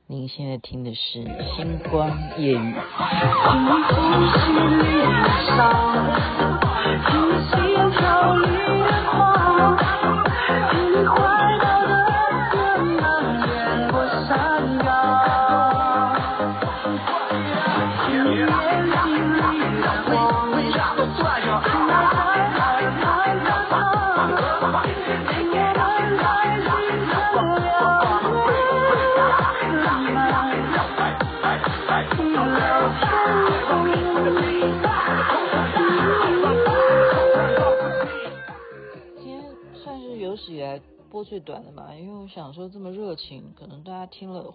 您现在听的是星光夜雨。有史以来播最短的嘛，因为我想说这么热情，可能大家听了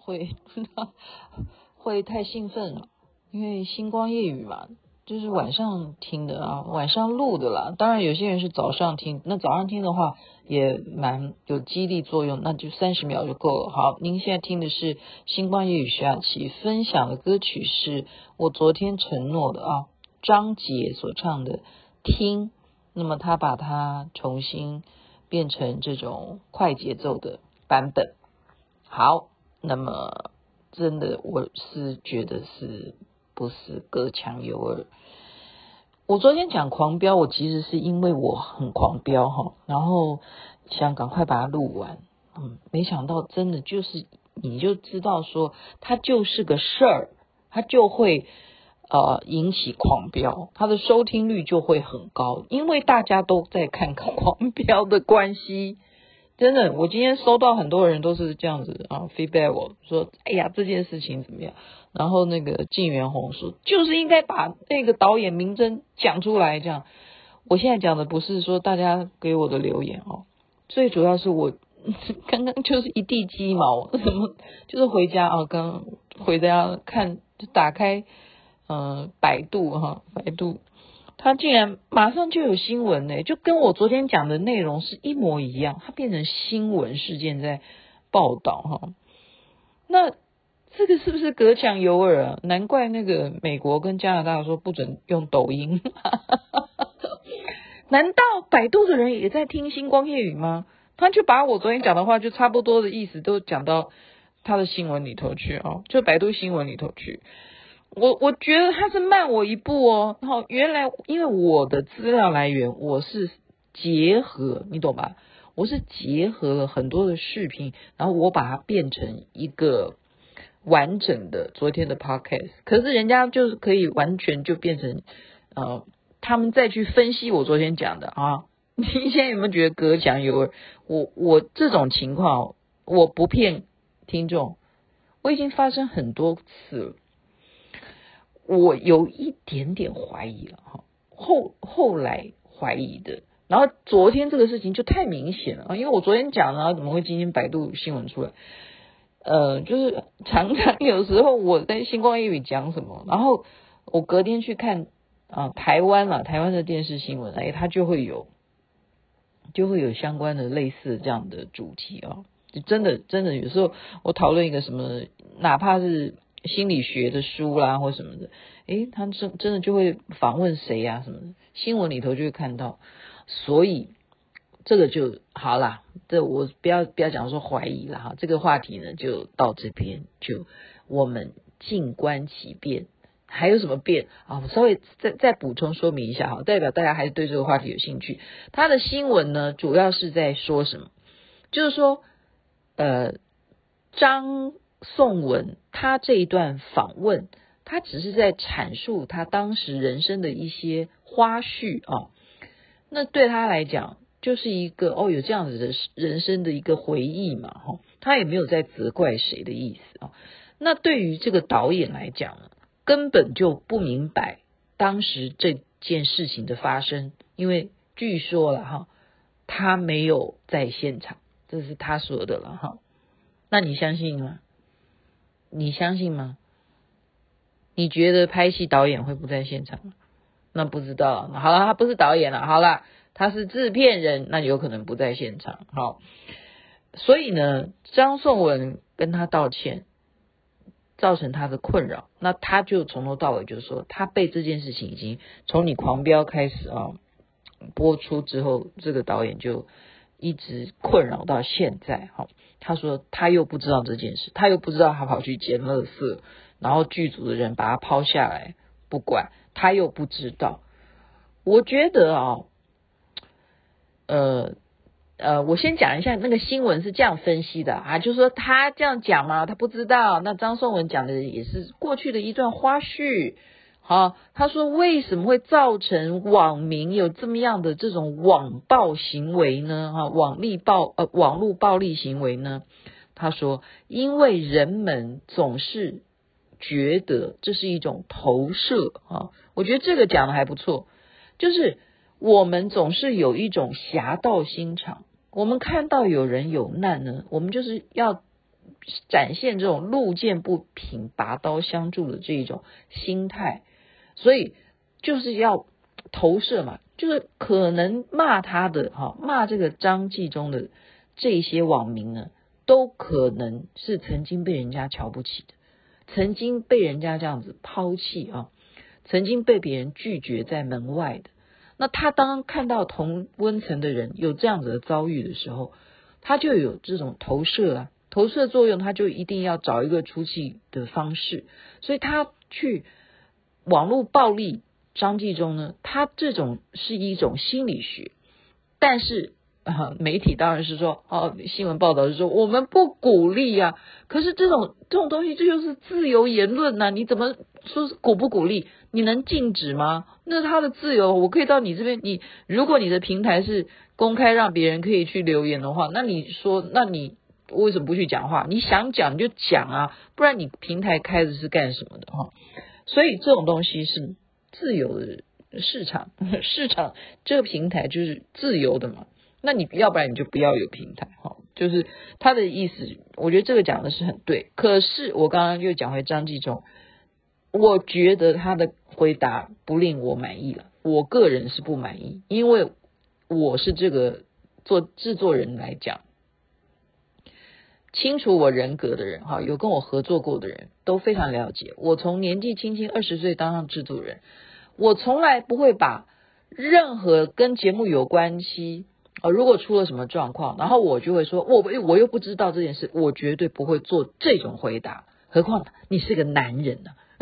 会太兴奋了。因为星光夜雨嘛，就是晚上听的啊，晚上录的啦。当然有些人是早上听，那早上听的话也蛮有激励作用，那就30秒就够了。好，您现在听的是星光夜雨徐雅琪分享的歌曲，是我昨天承诺的啊，张杰所唱的《听》，那么他把它重新变成这种快节奏的版本。好，那么真的我是觉得是不是隔墙有耳。我昨天讲狂飙，我其实是因为我很狂飙哈，然后想赶快把它录完。没想到真的就是你就知道说它就是个事儿，它就会引起狂飙，它的收听率就会很高，因为大家都在看狂飙的关系。真的，我今天收到很多人都是这样子啊 feedback 我说，哎呀这件事情怎么样？然后那个靳元宏说，就是应该把那个导演名称讲出来。这样，我现在讲的不是说大家给我的留言哦，最主要是我刚刚就是一地鸡毛，什么就是回家啊，刚回家看就打开百度，它竟然马上就有新闻呢，就跟我昨天讲的内容是一模一样，它变成新闻事件在报道哈。那这个是不是隔墙有耳啊？难怪那个美国跟加拿大说不准用抖音，难道百度的人也在听星光夜语吗？他就把我昨天讲的话就差不多的意思都讲到他的新闻里头去啊，就百度新闻里头去。我觉得他是慢我一步哦。然后原来因为我的资料来源我是结合，你懂吧？我是结合了很多的视频，然后我把它变成一个完整的昨天的 podcast。可是人家就是可以完全就变成他们再去分析我昨天讲的啊。你现在有没有觉得隔墙有耳？我这种情况我不骗听众，我已经发生很多次了。我有一点点怀疑了哈，后来怀疑的，然后昨天这个事情就太明显了啊，因为我昨天讲了，怎么会今天百度新闻出来？就是常常有时候我在星光夜语讲什么，然后我隔天去看台湾的电视新闻，它就会有相关的类似这样的主题啊，就真的有时候我讨论一个什么，哪怕是心理学的书啦或什么的，他真的就会访问谁啊什么的，新闻里头就会看到。所以这个就好啦，这我不要讲说怀疑了哈，这个话题呢就到这边，就我们静观其变。还有什么变啊？我稍微再补充说明一下哈，代表大家还是对这个话题有兴趣。他的新闻呢，主要是在说什么？就是说，张颂文他这一段访问，他只是在阐述他当时人生的一些花絮啊。那对他来讲，就是一个有这样子的人生的一个回忆嘛，他也没有在责怪谁的意思啊。那对于这个导演来讲呢，根本就不明白当时这件事情的发生，因为据说了他没有在现场，这是他说的了那你相信吗？你相信吗？你觉得拍戏导演会不在现场吗？那不知道。好了，他不是导演了，好了，他是制片人，那有可能不在现场。所以呢，张颂文跟他道歉，造成他的困扰，那他就从头到尾就是说，他被这件事情已经从你狂飙开始播出之后，这个导演就一直困扰到现在。他说他又不知道这件事，他又不知道他跑去捡垃圾，然后剧组的人把他抛下来不管，他又不知道。我觉得我先讲一下那个新闻是这样分析的就是说他这样讲嘛，他不知道。那张颂文讲的也是过去的一段花絮。他说为什么会造成网民有这么样的这种网暴行为呢？网络暴力行为呢？他说因为人们总是觉得这是一种投射我觉得这个讲的还不错，就是我们总是有一种侠盗心肠，我们看到有人有难呢，我们就是要展现这种路见不平拔刀相助的这一种心态，所以就是要投射嘛，就是可能骂他的骂这个张纪中的这些网民呢，都可能是曾经被人家瞧不起的，曾经被人家这样子抛弃曾经被别人拒绝在门外的。那他当看到同温层的人有这样子的遭遇的时候，他就有这种投射投射作用，他就一定要找一个出气的方式，所以他去网络暴力张纪中呢，他这种是一种心理学，但是媒体当然是说新闻报道是说我们不鼓励可是这种东西这就是自由言论你怎么说是鼓不鼓励？你能禁止吗？那他的自由，我可以到你这边，如果你的平台是公开让别人可以去留言的话，那你说那你为什么不去讲话？你想讲你就讲不然你平台开的是干什么的所以这种东西是自由的市场这个平台就是自由的嘛，那你要不然你就不要有平台就是他的意思，我觉得这个讲的是很对。可是我刚刚又讲回张纪中，我觉得他的回答不令我满意了，我个人是不满意，因为我是这个做制作人来讲，清楚我人格的人有跟我合作过的人都非常了解，我从年纪轻轻20岁当上制作人，我从来不会把任何跟节目有关系如果出了什么状况，然后我就会说我又不知道这件事，我绝对不会做这种回答，何况你是个男人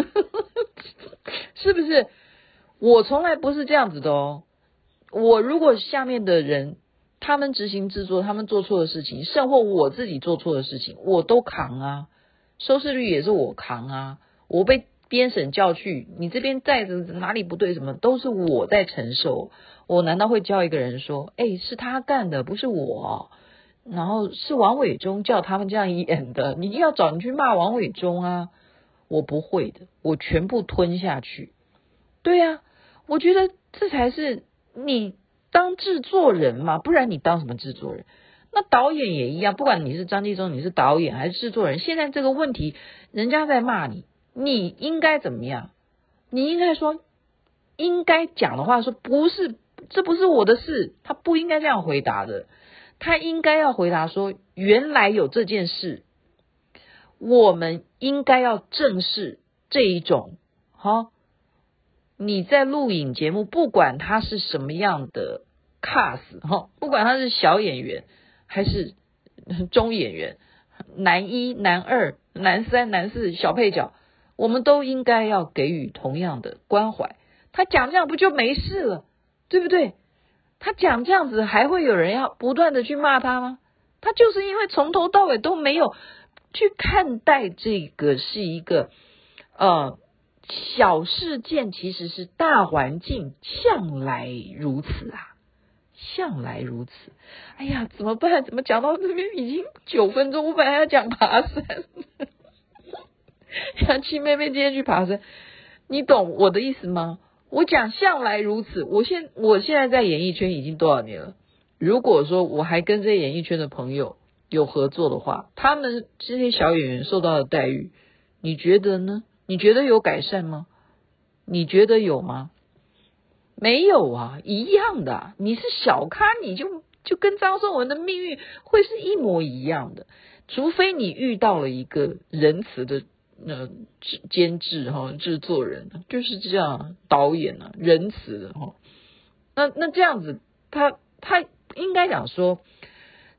是不是？我从来不是这样子的我如果下面的人他们执行制作，他们做错的事情，甚或我自己做错的事情，我都扛收视率也是我扛我被编审叫去，你这边在哪里不对，什么都是我在承受，我难道会叫一个人说是他干的不是我，然后是王伟忠叫他们这样演的，你要找你去骂王伟忠我不会的，我全部吞下去。对我觉得这才是你当制作人嘛，不然你当什么制作人？那导演也一样，不管你是张纪中，你是导演还是制作人，现在这个问题人家在骂你，你应该怎么样？你应该说，应该讲的话说不是，这不是我的事，他不应该这样回答的，他应该要回答说原来有这件事，我们应该要正视这一种你在录影节目，不管他是什么样的 cast 不管他是小演员还是中演员，男一、男二、男三、男四、小配角，我们都应该要给予同样的关怀。他讲这样不就没事了，对不对？他讲这样子还会有人要不断的去骂他吗？他就是因为从头到尾都没有去看待这个是一个小事件，其实是大环境向来如此向来如此。哎呀，怎么办？怎么讲到这边已经9分钟？我本来要讲爬山，杨七妹妹今天去爬山，你懂我的意思吗？我讲向来如此，我现在在演艺圈已经多少年了？如果说我还跟这些演艺圈的朋友有合作的话，他们这些小演员受到的待遇，你觉得呢？你觉得有改善吗？你觉得有吗？没有一样的你是小咖，你就跟张颂文的命运会是一模一样的，除非你遇到了一个仁慈的监制制作人，就是这样，导演仁慈的那这样子，他应该讲说，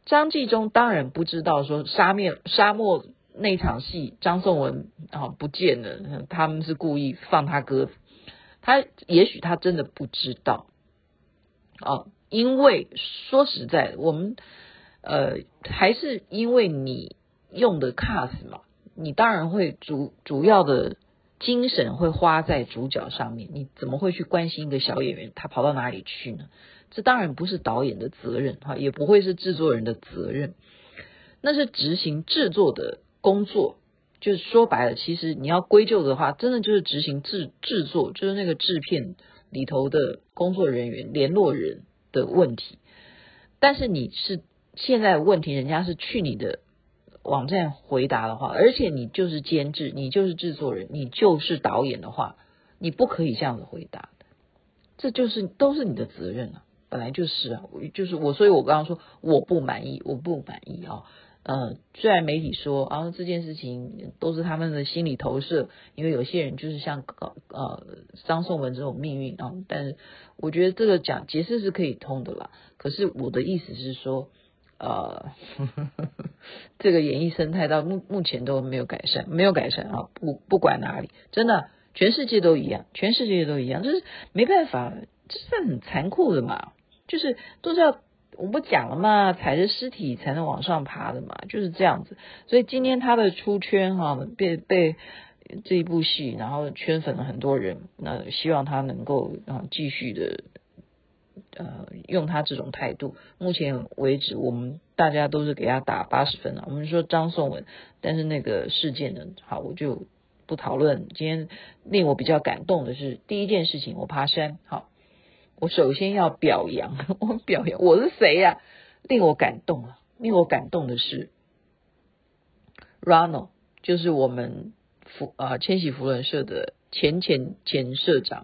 张纪中当然不知道说沙漠那场戏张颂文不见了，他们是故意放他鸽子，也许他真的不知道因为说实在我们还是因为你用的 cast 嘛，你当然会主要的精神会花在主角上面，你怎么会去关心一个小演员他跑到哪里去呢？这当然不是导演的责任也不会是制作人的责任，那是执行制作的工作。就是说白了，其实你要归咎的话，真的就是执行制作，就是那个制片里头的工作人员联络人的问题。但是你是现在的问题，人家是去你的网站回答的话，而且你就是监制，你就是制作人，你就是导演的话，你不可以这样子回答的，这就是都是你的责任本来就是就是所以我刚刚说我不满意虽然媒体说这件事情都是他们的心理投射，因为有些人就是像张颂文这种命运但是我觉得这个解释是可以通的啦。可是我的意思是说这个演艺生态到目前都没有改善不管哪里，真的全世界都一样，就是没办法，这是很残酷的嘛，就是都是要我不讲了嘛，踩着尸体才能往上爬的嘛，就是这样子。所以今天他的出圈被这一部戏然后圈粉了很多人，那希望他能够继续的用他这种态度。目前为止我们大家都是给他打80分了。我们说张颂文，但是那个事件呢，好我就不讨论。今天令我比较感动的是第一件事情，我爬山我首先要表扬我是谁呀令我感动的是 Ronald， 就是我们千禧扶轮社的前社长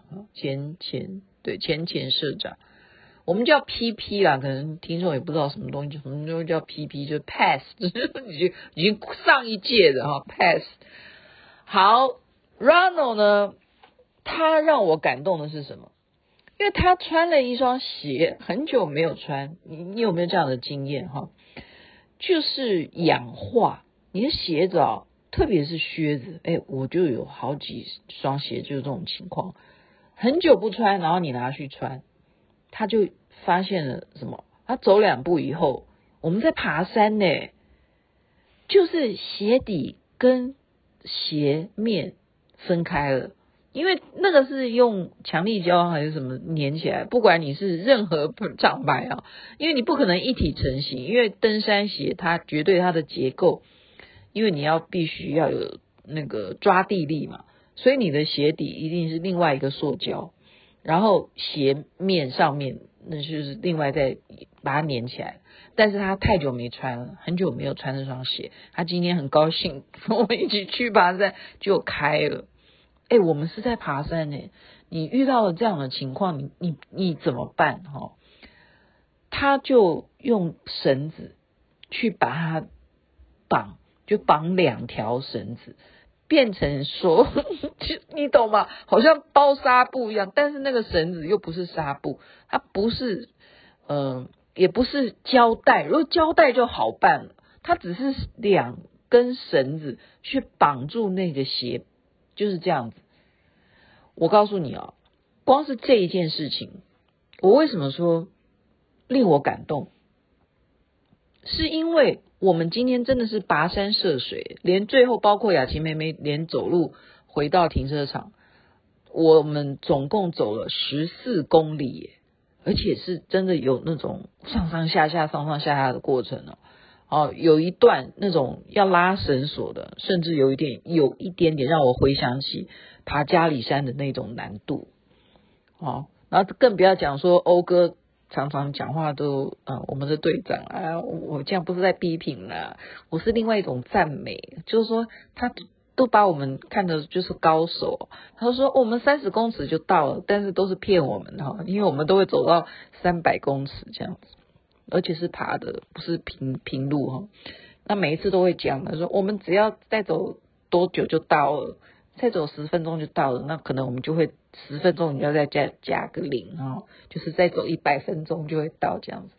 前社长，我们叫 PP 啦，可能听众也不知道什么东西叫 PP， 就 pass 就是已经上一届的pass。 好， Ronald 呢，他让我感动的是什么？因为他穿了一双鞋很久没有穿，你有没有这样的经验就是氧化你的鞋子特别是靴子我就有好几双鞋就是这种情况，很久不穿，然后你拿去穿，他就发现了什么？他走2步以后，我们在爬山呢，就是鞋底跟鞋面分开了，因为那个是用强力胶还是什么粘起来，不管你是任何厂牌因为你不可能一体成型，因为登山鞋它绝对它的结构，因为你必须要有那个抓地力嘛，所以你的鞋底一定是另外一个塑胶，然后鞋面上面那就是另外再把它粘起来。但是他太久没穿了，很久没有穿这双鞋，他今天很高兴跟我们一起去爬山，就开了。我们是在爬山你遇到了这样的情况，你怎么办他就用绳子去把它绑2条绳子，变成说你懂吗？好像包纱布一样，但是那个绳子又不是纱布，它不是也不是胶带，如果胶带就好办了，它只是2根绳子去绑住那个鞋，就是这样子。我告诉你光是这一件事情，我为什么说令我感动，是因为我们今天真的是跋山涉水，连最后包括雅琪妹妹连走路回到停车场，我们总共走了14公里耶，而且是真的有那种上上下下的过程有一段那种要拉绳索的，甚至有一点点让我回想起爬嘉里山的那种难度然后更不要讲说欧哥常常讲话都我们的队长我这样不是在批评啦，我是另外一种赞美，就是说他都把我们看的就是高手，他说我们30公尺就到了，但是都是骗我们因为我们都会走到300公尺这样子，而且是爬的不是平路那每一次都会讲的说我们只要再走多久就到了，再走10分钟就到了，那可能我们就会10分钟你要再加个0就是再走100分钟就会到这样子。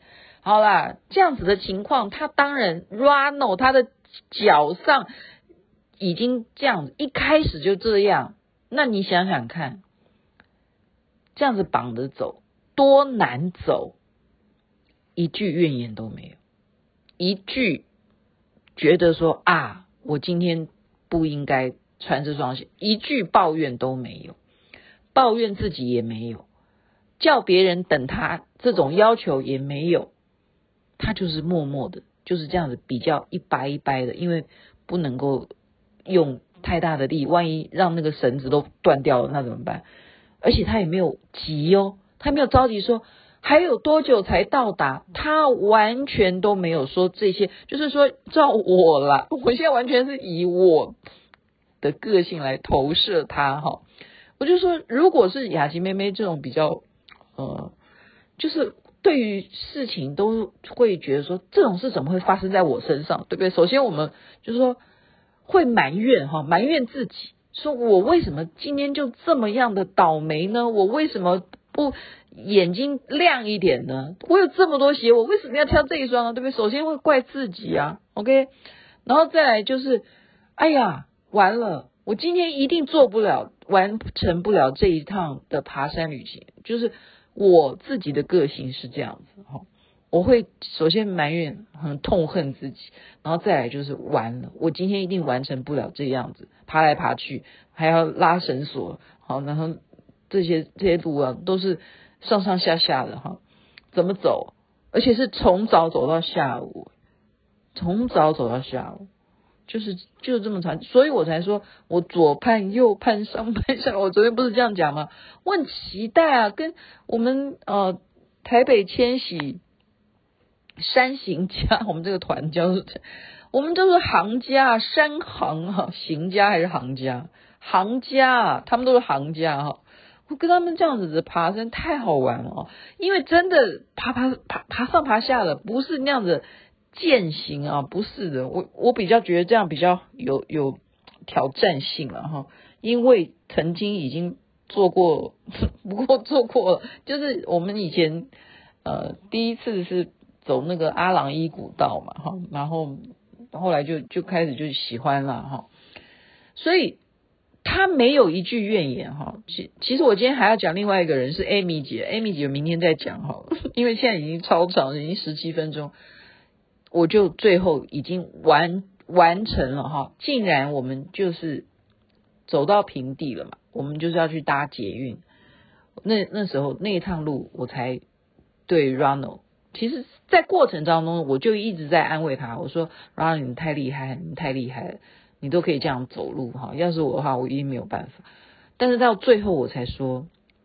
好啦，这样子的情况，他当然 Rano 他的脚上已经这样子，一开始就这样，那你想想看，这样子绑着走多难走，一句怨言都没有，一句觉得说啊，我今天不应该穿这双鞋，一句抱怨都没有，抱怨自己也没有，叫别人等他这种要求也没有，他就是默默的，就是这样子比较一掰一掰的，因为不能够用太大的力，万一让那个绳子都断掉了，那怎么办？而且他也没有急哦，他没有着急说还有多久才到达，他完全都没有说这些，就是说照我啦，我现在完全是以我的个性来投射他哈。我就说，如果是雅琪妹妹这种比较就是对于事情都会觉得说这种事怎么会发生在我身上，对不对？首先我们就是说会埋怨哈，埋怨自己，说我为什么今天就这么样的倒霉呢？我为什么不眼睛亮一点呢？我有这么多鞋，我为什么要挑这一双呢？对不对？首先会怪自己啊 ，OK， 然后再来就是哎呀完了，我今天一定做不了，完成不了这一趟的爬山旅行，就是我自己的个性是这样子哈，我会首先埋怨，很痛恨自己，然后再来就是完了，我今天一定完成不了这样子，爬来爬去还要拉绳索，好，然后这些路啊都是上上下下的哈，怎么走？而且是从早走到下午，从早走到下午。就这么长，所以我才说我左盼右盼上盼下，我昨天不是这样讲吗？我很期待啊，跟我们台北千禧山行家，我们这个团叫做，我们都是行家，山行啊，行家还是行家？行家啊，他们都是行家哈。我跟他们这样子的爬山太好玩了哦，因为真的爬上爬下的，不是那样子践行啊，不是的，我比较觉得这样比较有挑战性了哈，因为曾经已经做过，不过做过了，就是我们以前第一次是走那个阿朗伊古道嘛哈，然后后来就开始就喜欢了哈，所以他没有一句怨言哈。其实我今天还要讲另外一个人是 Amy 姐，Amy 姐明天再讲哈，因为现在已经超长，已经17分钟。我就最后已经完成了哈，竟然我们就是走到平地了嘛，我们就是要去搭捷运。那时候那一趟路，我才对 Ronald， 其实在过程当中我就一直在安慰他，我说 Ronald 你太厉害，你太厉害了，你都可以这样走路哈，要是我的话我一定没有办法。但是到最后我才说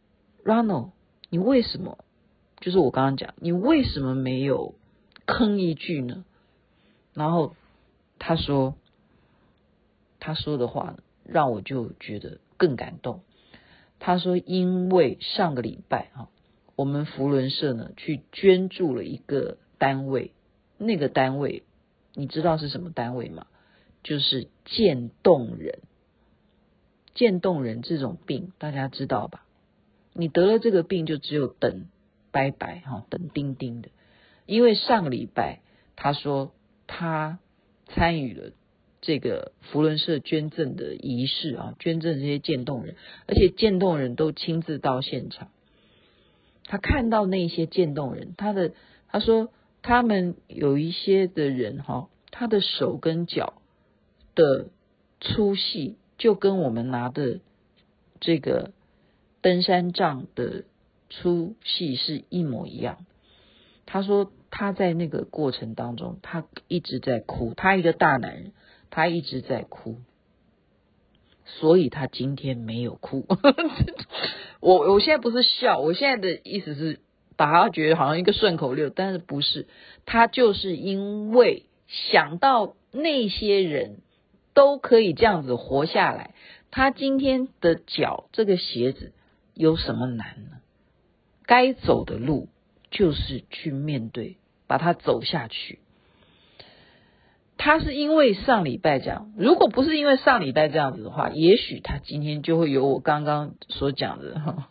Ronald 你为什么，就是我刚刚讲，你为什么没有吭一句呢？然后他说的话让我就觉得更感动。他说因为上个礼拜我们扶轮社呢去捐助了一个单位，那个单位你知道是什么单位吗？就是渐冻人。渐冻人这种病大家知道吧？你得了这个病就只有等拜拜等钉钉的。因为上个礼拜他说他参与了这个扶轮社捐赠的仪式捐赠这些渐冻人，而且渐冻人都亲自到现场，他看到那些渐冻人，他说他们有一些的人他的手跟脚的粗细就跟我们拿的这个登山杖的粗细是一模一样。他说他在那个过程当中他一直在哭，他一个大男人他一直在哭，所以他今天没有哭我现在不是笑，我现在的意思是把他觉得好像一个顺口溜，但是不是，他就是因为想到那些人都可以这样子活下来，他今天的脚这个鞋子有什么难呢？该走的路就是去面对，把它走下去。他是因为上礼拜这样，如果不是因为上礼拜这样子的话，也许他今天就会有我刚刚所讲的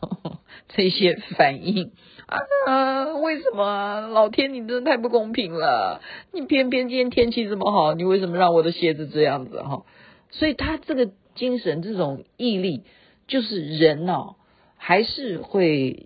这些反应为什么老天你真的太不公平了，你偏偏今天天气这么好，你为什么让我的鞋子这样子所以他这个精神这种毅力，就是人还是会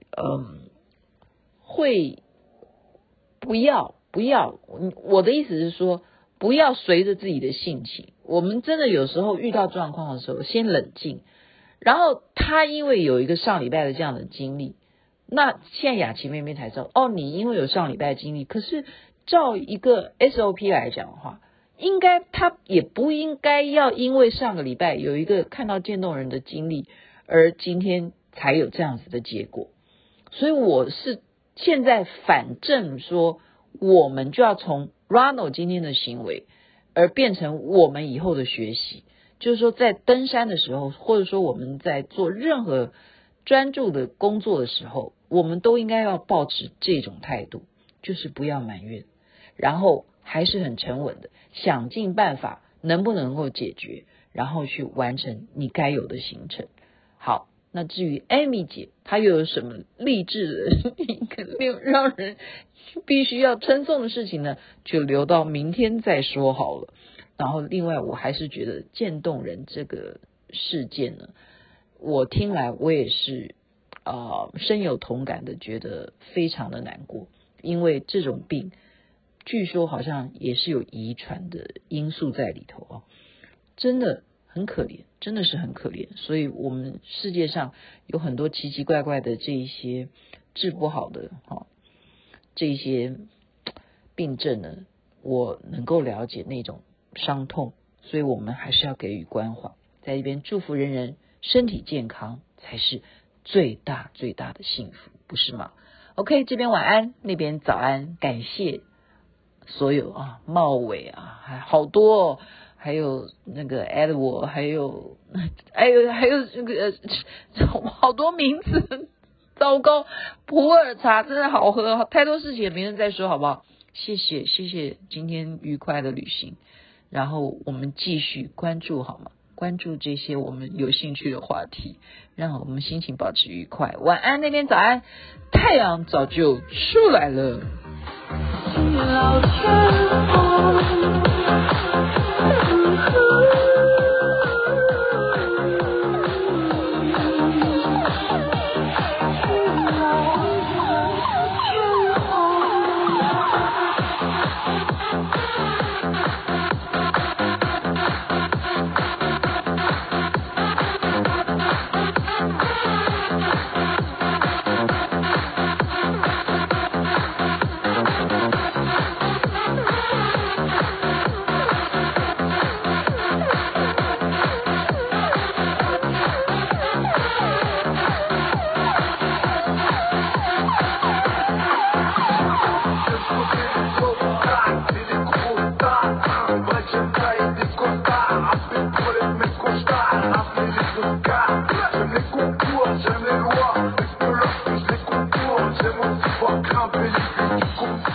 不要，我的意思是说，不要随着自己的性情。我们真的有时候遇到状况的时候，先冷静。然后他因为有一个上礼拜的这样的经历，那现在雅琪妹妹才知道，你因为有上礼拜的经历，可是照一个 SOP 来讲的话，他也不应该要因为上个礼拜有一个看到渐冻人的经历，而今天才有这样子的结果。所以我是现在反正说，我们就要从 Ronald 今天的行为，而变成我们以后的学习。就是说在登山的时候，或者说我们在做任何专注的工作的时候，我们都应该要保持这种态度，就是不要埋怨，然后还是很沉稳的想尽办法能不能够解决，然后去完成你该有的行程。好，那至于 Amy 姐她又有什么励志的一个让人必须要称颂的事情呢，就留到明天再说好了。然后另外我还是觉得渐冻人这个事件呢，我听来我也是深有同感的，觉得非常的难过。因为这种病据说好像也是有遗传的因素在里头真的很可怜，真的是很可怜。所以我们世界上有很多奇奇怪怪的这一些治不好的这一些病症呢，我能够了解那种伤痛，所以我们还是要给予关怀，在一边祝福人人身体健康才是最大最大的幸福，不是吗？ OK， 这边晚安，那边早安，感谢所有茂伟还好多还有那个 Edward， 还有这个好多名字，糟糕，普洱茶真的好喝，太多事情明天再说好不好？谢谢今天愉快的旅行，然后我们继续关注好吗？关注这些我们有兴趣的话题，让我们心情保持愉快。晚安那边早安，太阳早就出来了。老天空J'aime les lois, l'explosion, je les contourne, j'aime aussi voir grimper les